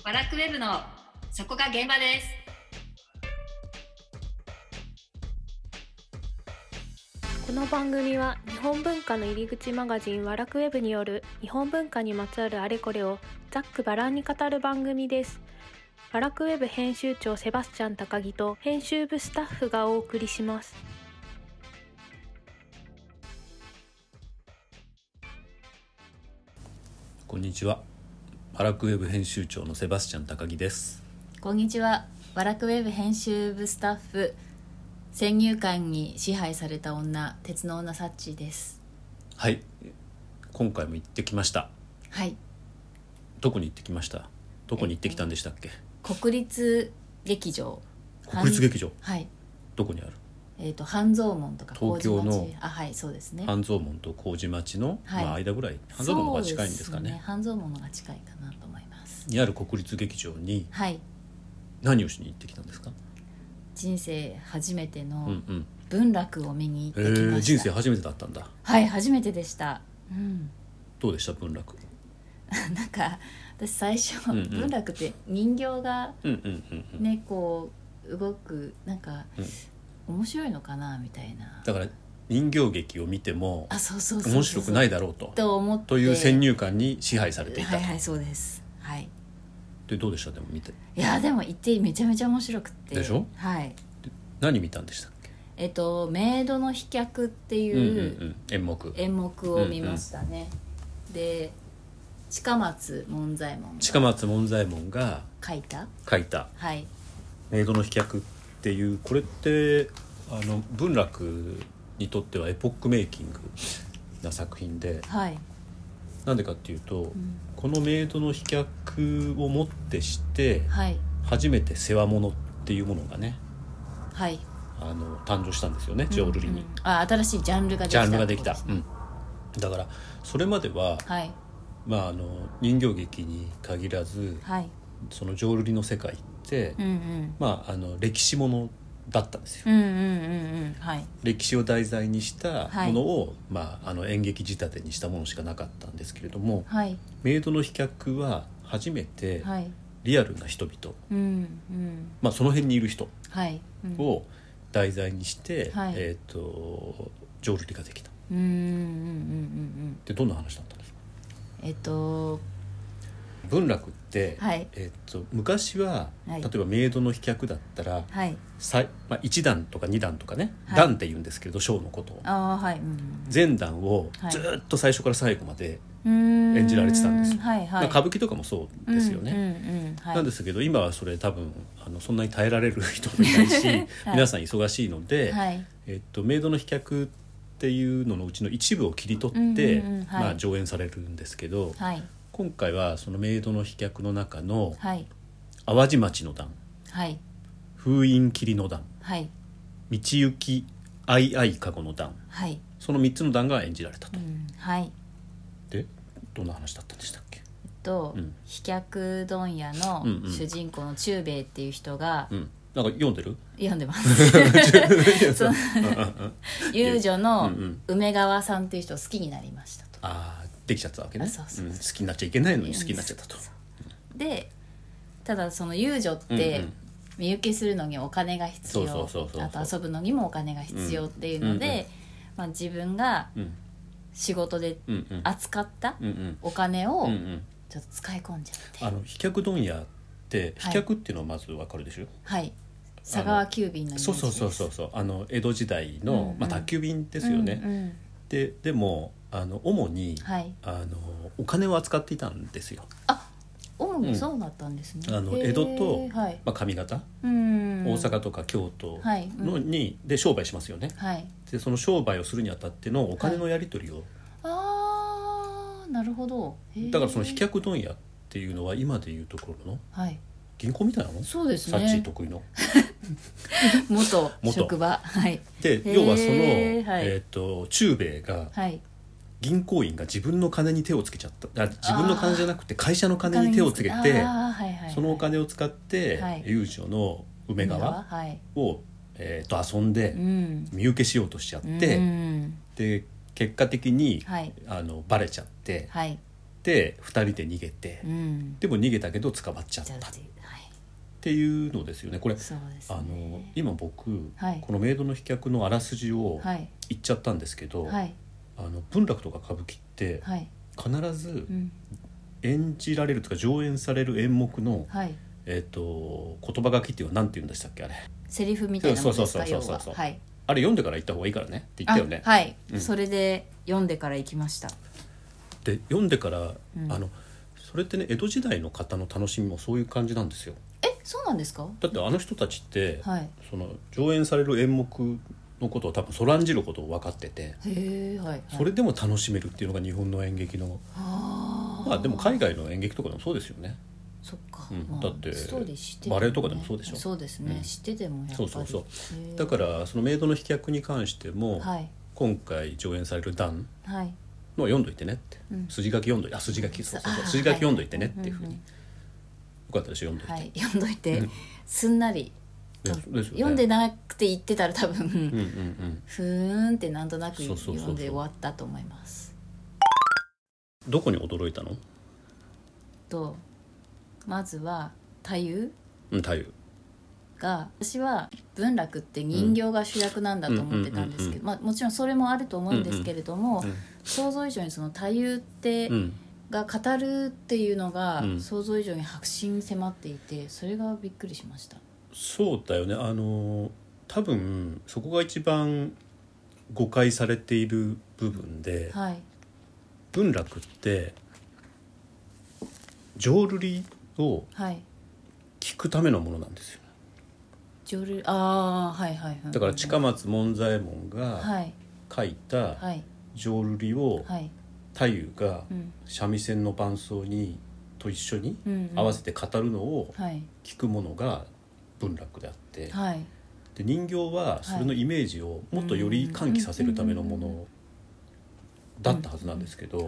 ワラクウェブのそこが現場です。 この番組は日本文化の入り口マガジンワラクウェブによる日本文化にまつわるあれこれをざっくばらんに語る番組です。ワラクウェブ編集長セバスチャン高木と編集部スタッフがお送りします。 こんにちは。ワラクウェブ編集長のセバスチャン高木です。 こんにちは。ワラクウェブ編集部スタッフ、先入観に支配された女、鉄の女サッチーです。 はい、今回も行ってきました。 はい。 どこに行ってきました？どこに行ってきたんでしたっけ？ 国立劇場。 国立劇場。 はい。 どこにある？ 半蔵門とか東京のはい、そうですね。 半蔵門と麹町の、 はい間ぐらい。半蔵門の方が近いんですかね。 そうですね、半蔵門の方が近いかなと思います。 にある国立劇場に、 はい。 何をしに行ってきたんですか？ 人生初めてのうんうん。 文楽を見に行ってきました。 人生初めてだったんだ。 はい、初めてでした。 どうでした文楽？ なんか私最初、 うんうん、 文楽って人形がね、 こう動くなんか、面白いのかなみたいな。 だから人形劇を見ても面白くないだろうと思ってという先入観に支配されていたと。 はいはい、そうです。はい。 でどうでした？でも見て。 いやでも行ってめちゃめちゃ面白くて。 でしょ？ はい。 何見たんでしたっけ？ メイドの飛脚っていう演目を見ましたね。で近松門左衛門が書いた、 はい、メイドの飛脚っていう、これって文楽にとってはエポックメイキングな作品で、 はい、 なんでかっていうと、このメイドの飛脚をもってして、 はい、 初めて世話物っていうものがね、 はい、 誕生したんですよね、浄瑠璃に。 新しいジャンルができた、 だからそれまでは、 はい、 人形劇に限らず、 はい、 その浄瑠璃の世界って、歴史ものだったんですよ、 はい、 歴史を題材にしたものを、演劇仕立てにしたものしかなかったんですけれども、 はい、 メイドの飛脚は初めてリアルな人々、その辺にいる人を題材にして、浄瑠璃ができた。でどんな話だったんですか？文楽って、昔は、例えばメイドの飛脚だったら、1段とか2段とかね、段って言うんですけれど、ショーのことを、前段をずっと最初から最後まで演じられてたんです。歌舞伎とかもそうですよね。なんですけど今はそれ多分そんなに耐えられる人もいないし皆さん忙しいので、メイドの飛脚っていうののうちの一部を切り取って、上演されるんですけど、今回はそのメイドの飛脚の中の、淡路町の段、封印切の段、道行き相合籠の段、その3つの段が演じられたと。でどんな話だったんでしたっけ？ 飛脚問屋の主人公の忠兵衛っていう人が、 なんか読んでます遊女の梅川さんっていう人を好きになりましたと。 できちゃったわけね。好きになっちゃいけないのに好きになっちゃったと。 でただその遊女って身請けするのにお金が必要、あと遊ぶのにもお金が必要っていうので、自分が仕事で扱ったお金をちょっと使い込んじゃって、 飛脚問屋って飛脚っていうのはまず分かるでしょ？ はい、佐川急便のイメージです。 そう江戸時代の、宅急便ですよね。でも主に、お金を扱っていたんですよ。 主にそうだったんですね。 江戸と、上方、大阪とか京都のにで商売しますよね。でその商売をするにあたってのお金のやり取りを、 なるほど。 だからその飛脚問屋っていうのは今でいうところの、銀行みたいなもん。 そうですね。 サッチー得意の元職場。 で要はその、忠兵衛が、銀行員が自分の金に手をつけちゃった。自分の金じゃなくて会社の金に手をつけて、そのお金を使って、遊女の梅川を、遊んで、身請けしようとしちゃって、で結果的に、バレちゃって、 って2人で逃げて、でも逃げたけど捕まっちゃったっていうのですよね。これそうですね、今僕、このメイドの飛脚のあらすじを言っちゃったんですけど、文楽とか歌舞伎って必ず演じられるとか上演される演目の、言葉書きっていうのは何て言うんでしたっけ、あれセリフみたいなものですか。 あれ読んでから行った方がいいからねって言ったよね。 はい、それで読んでから行きました。 で読んでから、それってね江戸時代の方の楽しみもそういう感じなんですよ。 そうなんですか。 だってあの人たちって、その上演される演目のことを多分そらんじることを分かってて、それでも楽しめるっていうのが日本の演劇のまあでも海外の演劇とかでもそうですよね。 そっか、 だってバレエとかでもそうでしょ。 そうですね、知っててもやっぱりそうだからそのメイドの飛脚に関しても、今回上演される段の読んどいてねって、筋書き読んどいて、筋書き読んどいてねっていうふうに、よかったでしょ、読んどいて、 読んどいて、すんなり読んでなくて言ってたら多分ふーんってなんとなく読んで終わったと思います。 どこに驚いたの？ まずは太夫が、私は文楽って人形が主役なんだと思ってたんですけど、もちろんそれもあると思うんですけれども、想像以上にその太夫ってが語るっていうのが想像以上に迫真に迫っていて、それがびっくりしました。 そうだよね。多分そこが一番誤解されている部分で、文楽って浄瑠璃を聞くためのものなんですよ。 浄瑠璃、 だから近松門左衛門が書いた浄瑠璃を太夫が三味線の伴奏にと一緒に合わせて語るのを聞くものが文楽であって、で人形はそれのイメージをもっとより喚起させるためのものだったはずなんですけど、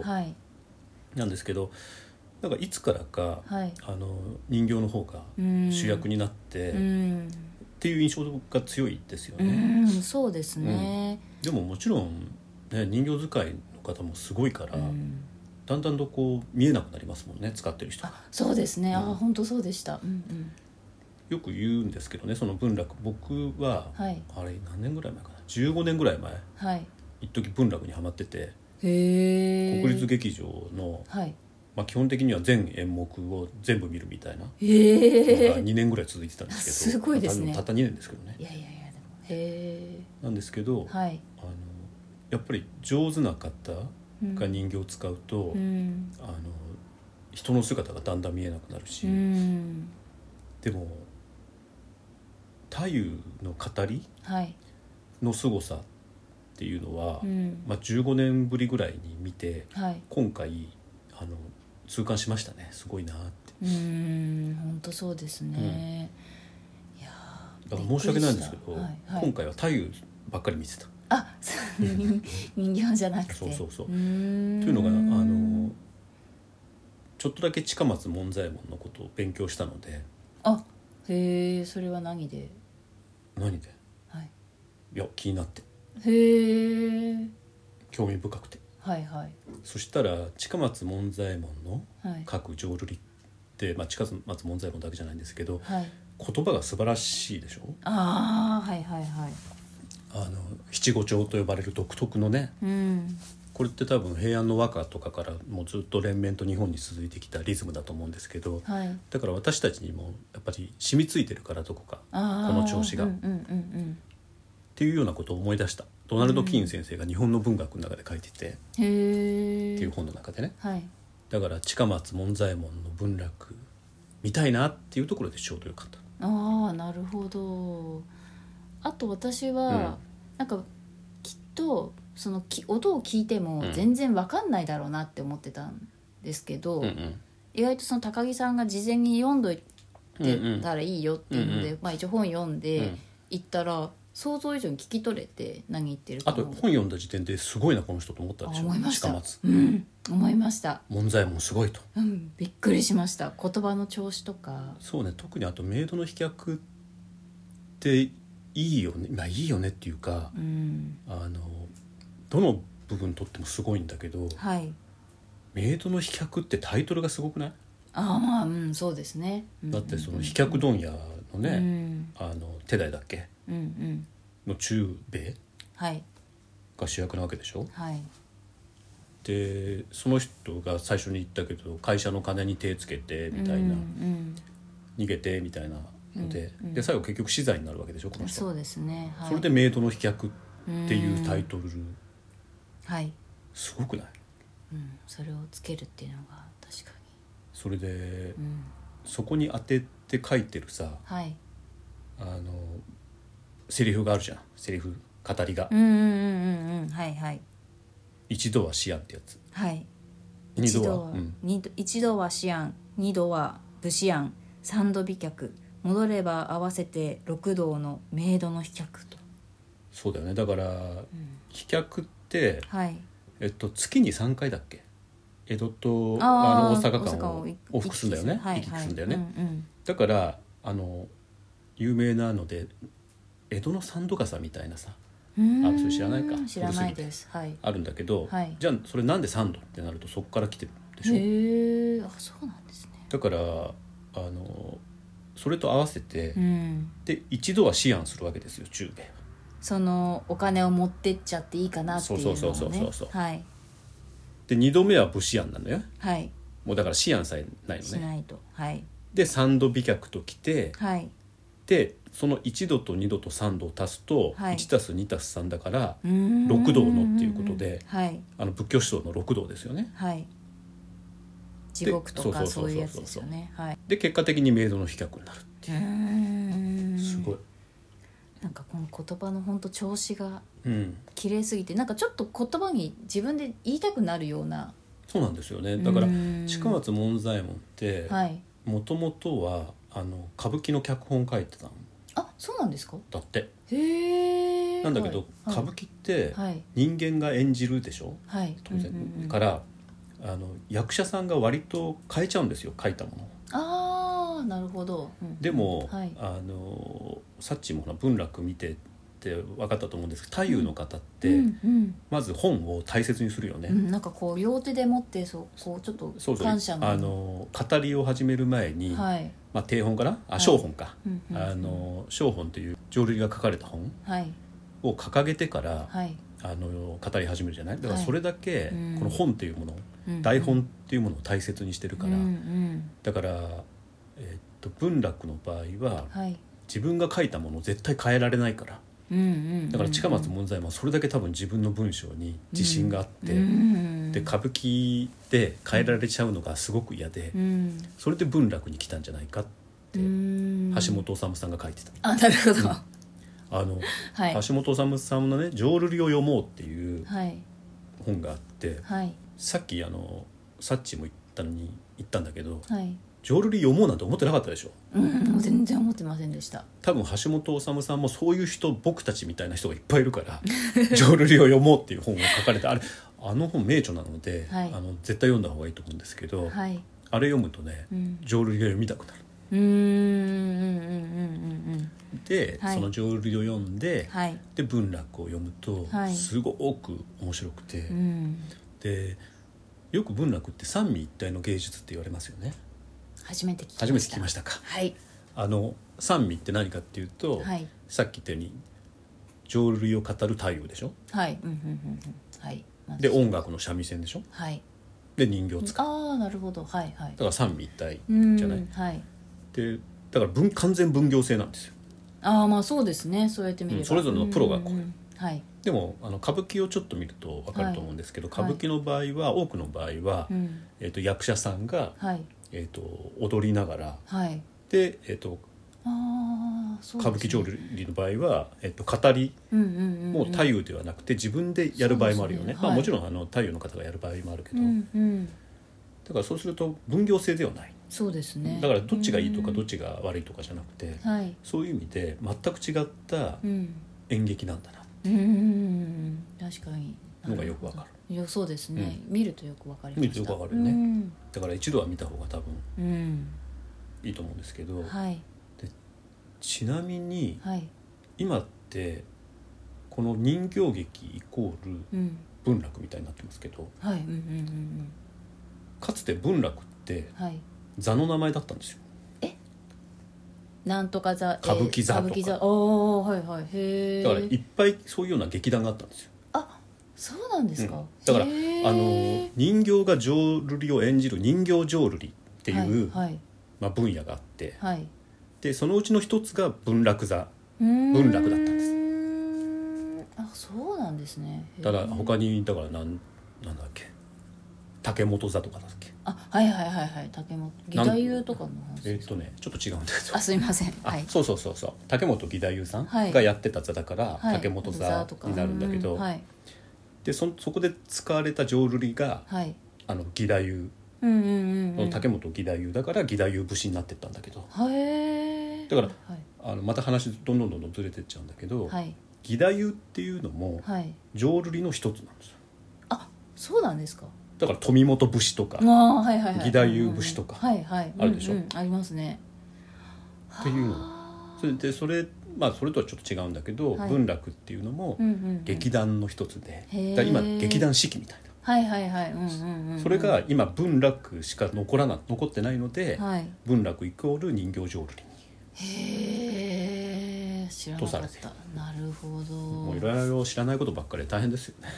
なんかいつからか、人形の方が主役になって、っていう印象が強いですよね。 そうですね、 でももちろん、ね、人形使いの方もすごいから、だんだんとこう見えなくなりますもんね、使ってる人が。 そうですね、本当そうでした。 よく言うんですけどね、その文楽、僕は、あれ何年ぐらい前かな、15年ぐらい前、一時文楽にハマってて、国立劇場の、基本的には全演目を全部見るみたいなのが2年ぐらい続いてたんですけど、 すごいですね。 たった2年ですけどね。 でもなんですけど、やっぱり上手な方が人形を使うと、人の姿がだんだん見えなくなるし、でも太夫の語りの凄さっていうのは、15年ぶりぐらいに見て、今回痛感しましたね。すごいなって。 本当そうですね。いやだから申し訳ないんですけど、今回は太夫ばっかり見てた。 人形じゃなくて。 そうというのがちょっとだけ近松門左衛門のことを勉強したので。 それは何で？ いや気になって。興味深くて。そしたら近松門左衛門の書く浄瑠璃って、近松門左衛門だけじゃないんですけど、言葉が素晴らしいでしょ。七五調と呼ばれる独特のね、これって多分平安の和歌とかからもうずっと連綿と日本に続いてきたリズムだと思うんですけど、だから私たちにもやっぱり染みついてるから、どこかこの調子が、っていうようなことを思い出した。ドナルド・キーン先生が日本の文学の中で書いてて、っていう本の中でね、だから近松門左衛門の文楽見たいなっていうところでちょうどよかった。 なるほど。あと私は、なんかきっとその音を聞いても全然わかんないだろうなって思ってたんですけど、意外とその高木さんが事前に読んどいてたらいいよっていうので、一応本読んで行ったら、想像以上に聞き取れて、何言ってるかも。 あと本読んだ時点ですごいなこの人と思ったでしょ。 思いました。 近松、 思いました。 門左衛門すごいと、 びっくりしました。言葉の調子とか。 そうね、特にあとメイドの飛脚っていいよね、いいよねっていうか、どの部分とってもすごいんだけど、 メイドの飛脚ってタイトルがすごくない？ まあそうですね。 だってその飛脚問屋のね、手代だっけ、の中兵衛が主役なわけでしょ。 はい。 でその人が最初に言ったけど会社の金に手つけてみたいな、逃げてみたいなので、で最後結局死罪になるわけでしょこの人。 そうですね。 それでメイドの飛脚っていうタイトル、すごくない？ それをつけるっていうのが確かに。 それで、そこに当てて書いてるさ、セリフがあるじゃん。セリフ語りが、一度は思案ってやつ。二度は一度は思案、二度は武思案、三度飛脚、戻れば合わせて六道のメイドの飛脚と。 そうだよね。だから、飛脚って、月に3回だっけ、江戸と大阪間を往復するんだよね。行き来するんだよね。だから有名なので江戸の三度笠みたいなさ、それ知らないか？ 知らないです。 あるんだけど、じゃあそれなんで三度ってなるとそこから来てるでしょ。 そうなんですね。 だからそれと合わせて、で一度は思案するわけですよ中兵衛は。 そのお金を持ってっちゃっていいかなっていうのをね。そうで2度目は武思案なんだよ。もうだから思案さえないのね。 しないと。 で3度飛脚ときて、でその1度と2度と3度を足すと、1足す2足す3だから6道のっていうことで、仏教思想の6道ですよね。 地獄とかそういうやつですよね。 で結果的にメイドの飛脚になるっていう。すごい。 なんかこの言葉の本当調子が綺麗すぎて、なんかちょっと言葉に自分で言いたくなるような。 そうなんですよね。だから近松門左衛門ってもともとは歌舞伎の脚本書いてたの。 そうなんですか？ だって。 へえ。 なんだけど、歌舞伎って人間が演じるでしょ。当然から役者さんが割と変えちゃうんですよ、書いたものを。 なるほど。 でも、サッチも文楽見てって分かったと思うんですけど、太夫の方って、まず本を大切にするよね。 なんかこう両手で持ってこうちょっと感謝の語りを始める前に、定本かな、小本か、小本という浄瑠璃が書かれた本を掲げてから、語り始めるじゃない。だからそれだけこの本っていうもの、台本っていうものを大切にしてるから、だから文楽の場合は、自分が書いたものを絶対変えられないから、だから近松門左衛門はそれだけ多分自分の文章に自信があって、で歌舞伎で変えられちゃうのがすごく嫌で、それで文楽に来たんじゃないかって橋本治さんが書いてた。 なるほど。 橋本治さんのね「浄瑠璃を読もう」っていう本があって、さっきサッチも言ったんだけど、浄瑠璃読もうなんて思ってなかったでしょ。 もう全然思ってませんでした。 多分橋本治さんもそういう人、僕たちみたいな人がいっぱいいるから浄瑠璃を読もうっていう本を書かれて、あの本名著なので、絶対読んだ方がいいと思うんですけど、あれ読むとね、浄瑠璃が読みたくなる。でその浄瑠璃を読んで、で文楽を読むとすごく面白くて、でよく文楽って三位一体の芸術って言われますよね。 初めて聞きましたか。 三位って何かっていうと、さっき言ったように浄瑠璃を語る太夫でしょ。で音楽の三味線でしょ。で人形を使う。 なるほど。だから三位一体じゃない。でだから完全分業制なんですよ。 まあそうですね。そうやって見れば、 それぞれのプロがこう、でも歌舞伎をちょっと見ると分かると思うんですけど、歌舞伎の場合は多くの場合は、役者さんが、踊りながら、で、歌舞伎浄瑠璃の場合は、語りも太夫ではなくて自分でやる場合もあるよね。もちろん太夫の方がやる場合もあるけど、だからそうすると分業制ではない。 そうですね。 だからどっちがいいとかどっちが悪いとかじゃなくて、そういう意味で全く違った演劇なんだなって確かにのがよくわかる。 そうですね、見るとよくわかりました。 見るとよくわかるよね、だから一度は見た方が多分いいと思うんですけど、でちなみに、今ってこの人形劇イコール文楽みたいになってますけど、 かつて文楽って座の名前だったんですよ。 なんとか座、 歌舞伎座とか、 歌舞伎座、おー、はいはい、へえ。 だからいっぱいそういうような劇団があったんですよ。 あ、そうなんですか、 だから人形が浄瑠璃を演じる人形浄瑠璃っていう、分野があって、でそのうちの一つが文楽座、文楽だったんです。 あ、そうなんですね。 ただ他にだからなんだっけ、竹本座とかだっけ。 あ、はいはいはいはい、竹本義太夫とかの話ですか。 ちょっと違うんだけど。 あ、すいません、はい、 そう竹本義太夫さんがやってた座だから、竹本座になるんだけど、でそこで使われた浄瑠璃が、義太夫、竹本義太夫だから義太夫節になってったんだけど、だから、また話どんどんずれてっちゃうんだけど、義太夫っていうのも浄瑠璃の一つなんですよ。 あ、そうなんですか。 だから富本節とか義太夫節とかあるでしょ。 ありますね。 っていうのそれとはちょっと違うんだけど、文楽っていうのも劇団の一つで、だ今劇団四季みたいな、それが今文楽しか残ってないので、文楽イコール人形浄瑠璃へえ、知らなかった。なるほど。 もういろいろ知らないことばっかりで大変ですよね。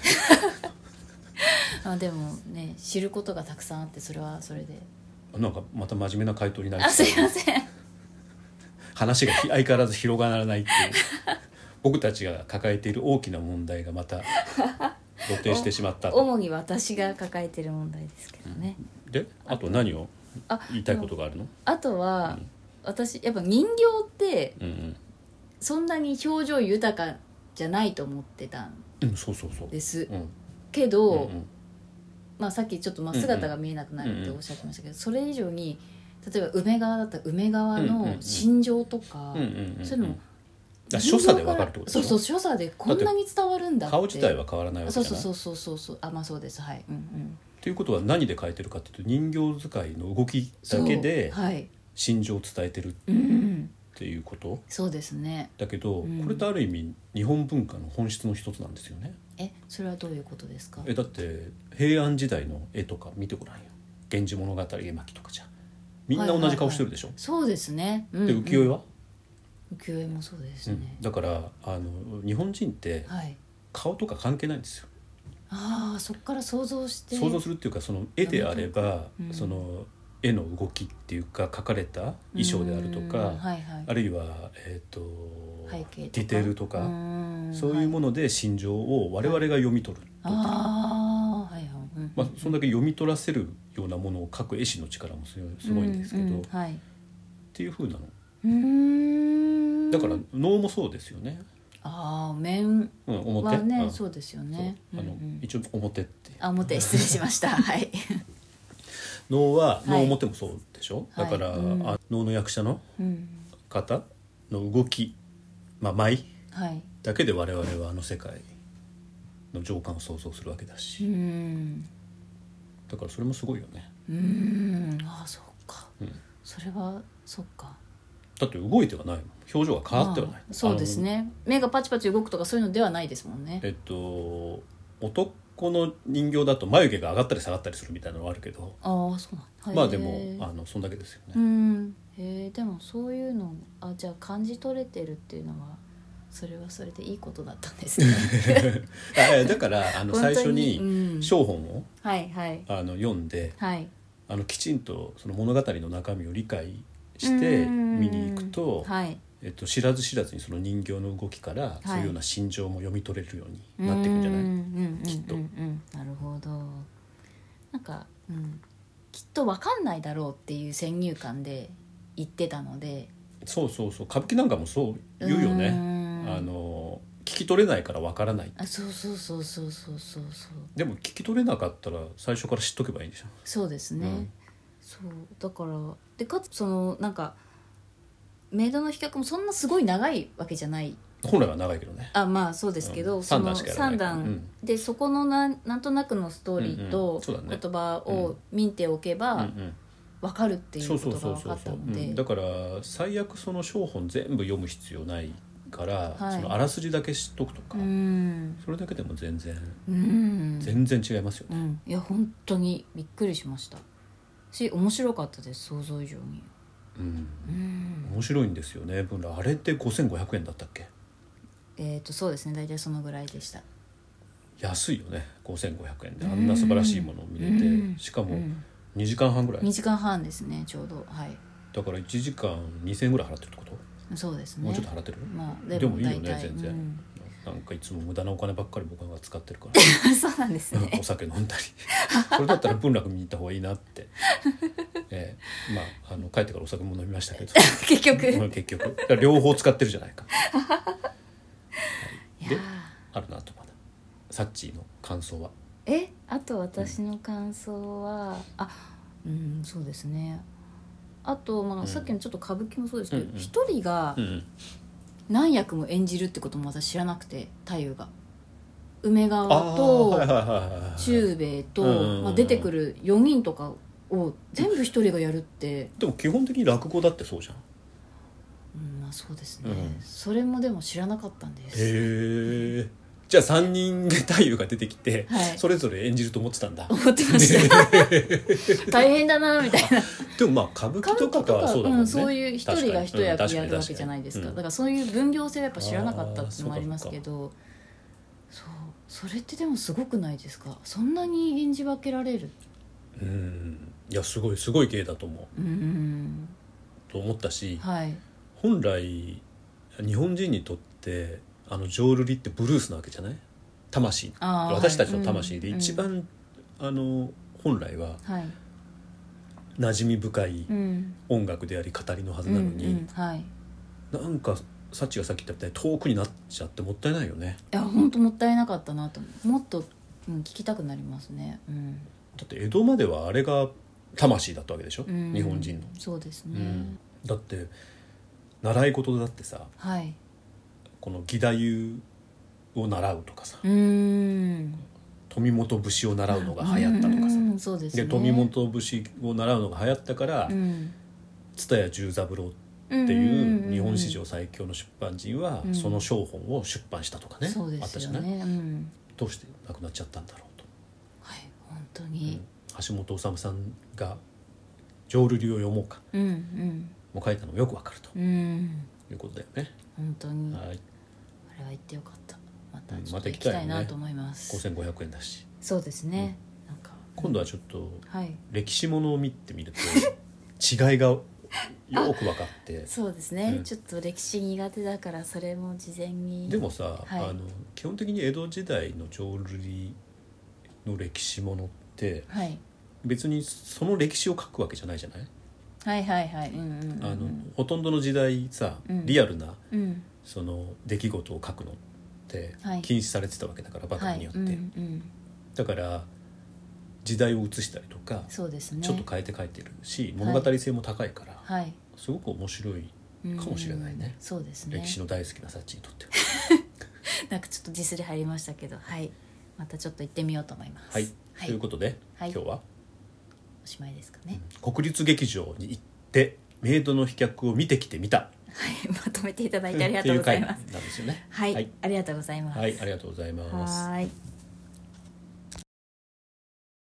でもね、知ることがたくさんあって、それはそれでなんかまた真面目な回答になりすいません。 話が相変わらず広がらないっていう僕たちが抱えている大きな問題がまた露呈してしまった主に私が抱えている問題ですけどね。 で、あと何を言いたいことがあるの？ あとは、私やっぱ人形ってそんなに表情豊かじゃないと思ってたんです、けど、さっきちょっと姿が見えなくなるっておっしゃってましたけど、それ以上に例えば梅川だったら梅川の心情とか、そういうのも所作で分かるってことでしょ。 所作でこんなに伝わるんだって。 顔自体は変わらないわけじゃない。 そう、あ、そうです、はい、 っていうことは何で変えてるかっていうと、人形使いの動きだけで心情を伝えてるっていうこと、 そうですね。 だけど、これってある意味日本文化の本質の一つなんですよね。 それはどういうことですか？ だって平安時代の絵とか見てごらんよ。源氏物語絵巻とかじゃみんな同じ顔してるでしょ。 そうですね。で浮世絵は浮世絵もそうですね、 だから日本人って顔とか関係ないんですよ。 そっから想像するっていうか、その絵であれば、その絵の動きっていうか、描かれた衣装であるとか、あるいは、 背景とかディテールとか、そういうもので心情を我々が読み取るとか、そんだけ読み取らせるようなものを描く絵師の力もすごいんですけど、っていう風なの。だから能もそうですよね。 面はね、そうですよね。 一応表って表、失礼しました。はい能は能表もそうでしょ。だから能の役者の方の動き、舞だけで我々は世界の情感を想像するわけだし、だからそれもすごいよね。 そうか、それはそっか。 だって動いてはないもん、表情が変わってはない。 そうですね。目がパチパチ動くとかそういうのではないですもんね。 男の人形だと眉毛が上がったり下がったりするみたいなのはあるけど、 そうなんでもそんだけですよね。 でもそういうのじゃあ感じ取れてるっていうのはそれはそれでいいことだったんですね。 だから最初に小本を読んで、きちんとその物語の中身を理解して見に行くと、知らず知らずにその人形の動きからそういうような心情も読み取れるようになっていくんじゃない、きっと。 なるほど。なんか、きっと分かんないだろうっていう先入観で言ってたので。 そう歌舞伎なんかもそう言うよね。聞き取れないから分からない。 そうでも聞き取れなかったら最初から知っとけばいいんでしょ。 そうですね、そうだからで、かつそのなんかメイドの飛脚もそんなすごい長いわけじゃない。 本来は長いけどね。 そうですけど、 3段しかやらない。 3段でそこのなんとなくのストーリーと言葉を見ておけば分かるっていうことが分かったので、 だから最悪その小本全部読む必要ないから、そのあらすじだけ知っとくとか、それだけでも全然違いますよね。 いや本当にびっくりしました。 し面白かったです、想像以上に。 面白いんですよね。あれって5500円だったっけ？ そうですね、大体そのぐらいでした。 安いよね、5500円であんな素晴らしいものを見れて、しかも2時間半ぐらい。 2時間半ですね、ちょうど。はい。 だから1時間2000円ぐらい払ってるってこと？ そうですね。 もうちょっと払ってる？ まあ、 でもいいよね全然、なんかいつも無駄なお金ばっかり僕が使ってるからそうなんですね。 お酒飲んだりそれだったら文楽見に行った方がいいなってまあ帰ってからお酒も飲みましたけど結局両方使ってるじゃないか、はい、であるなとまだサッチーの感想は？ あと私の感想は、そうですね。あと、さっきのちょっと歌舞伎もそうですけど、一人が何役も演じるってことも私知らなくて、太夫が梅川と忠兵衛と、出てくる4人とかを全部一人がやるって。 でも基本的に落語だってそうじゃん。 そうですね、それもでも知らなかったんです。 へえ。じゃあ3人で太夫が出てきて、それぞれ演じると思ってたんだ。 思ってました大変だなみたいな。 でも歌舞伎とかはそうだもんね、 そういう一人が一役やるわけじゃないですか。だからそういう分業制はやっぱ知らなかったっていうのもありますけど、それってでもすごくないですか？そんなに演じ分けられる。 いやすごい芸だと思う。と思ったし、本来日本人にとって浄瑠璃ってブルースなわけじゃない？魂、私たちの魂で一番、本来は馴染み深い音楽であり語りのはずなのに、なんかサッチがさっき言ったみたいに遠くになっちゃってもったいないよね。 いや本当もったいなかったなと。もっと、聞きたくなりますね。 だって江戸まではあれが魂だったわけでしょ、日本人の。 そうですね、 だって習い事だってさ、この義太夫を習うとかさ、富本節を習うのが流行ったとかさ、 そうですね、 で富本節を習うのが流行ったから蔦屋重三郎っていう日本史上最強の出版人はその小本を出版したとかね、あったじゃない。どうして亡くなっちゃったんだろうと。 本当に、 橋本治さんが浄瑠璃を読もうか、もう書いたのもよくわかると、いうことだよね。 本当に、あれは行ってよかった。またちょっと行きたいなと思います。 5500円だし。 そうですね、なんか今度はちょっと歴史ものを見てみると違いがよく分かってそうですね、ちょっと歴史苦手だからそれも事前に。 でもさ、基本的に江戸時代の浄瑠璃の歴史ものって、別にその歴史を書くわけじゃないじゃない。ほとんどの時代さ、リアルな、その出来事を書くのって禁止されてたわけだから、幕府によって、だから時代を移したりとか、 そうですね、 ちょっと変えて書いてるし、物語性も高いから、すごく面白いかもしれないね。 そうですね、 歴史の大好きなサッチにとってはなんかちょっとディスり入りましたけど、またちょっと行ってみようと思います。 ということで、今日はおしまいですかね。 国立劇場に行ってメイドの飛脚を見てきてみた、 まとめていただいてありがとうございます。 なんですよね。 ありがとうございます。 ありがとうございます。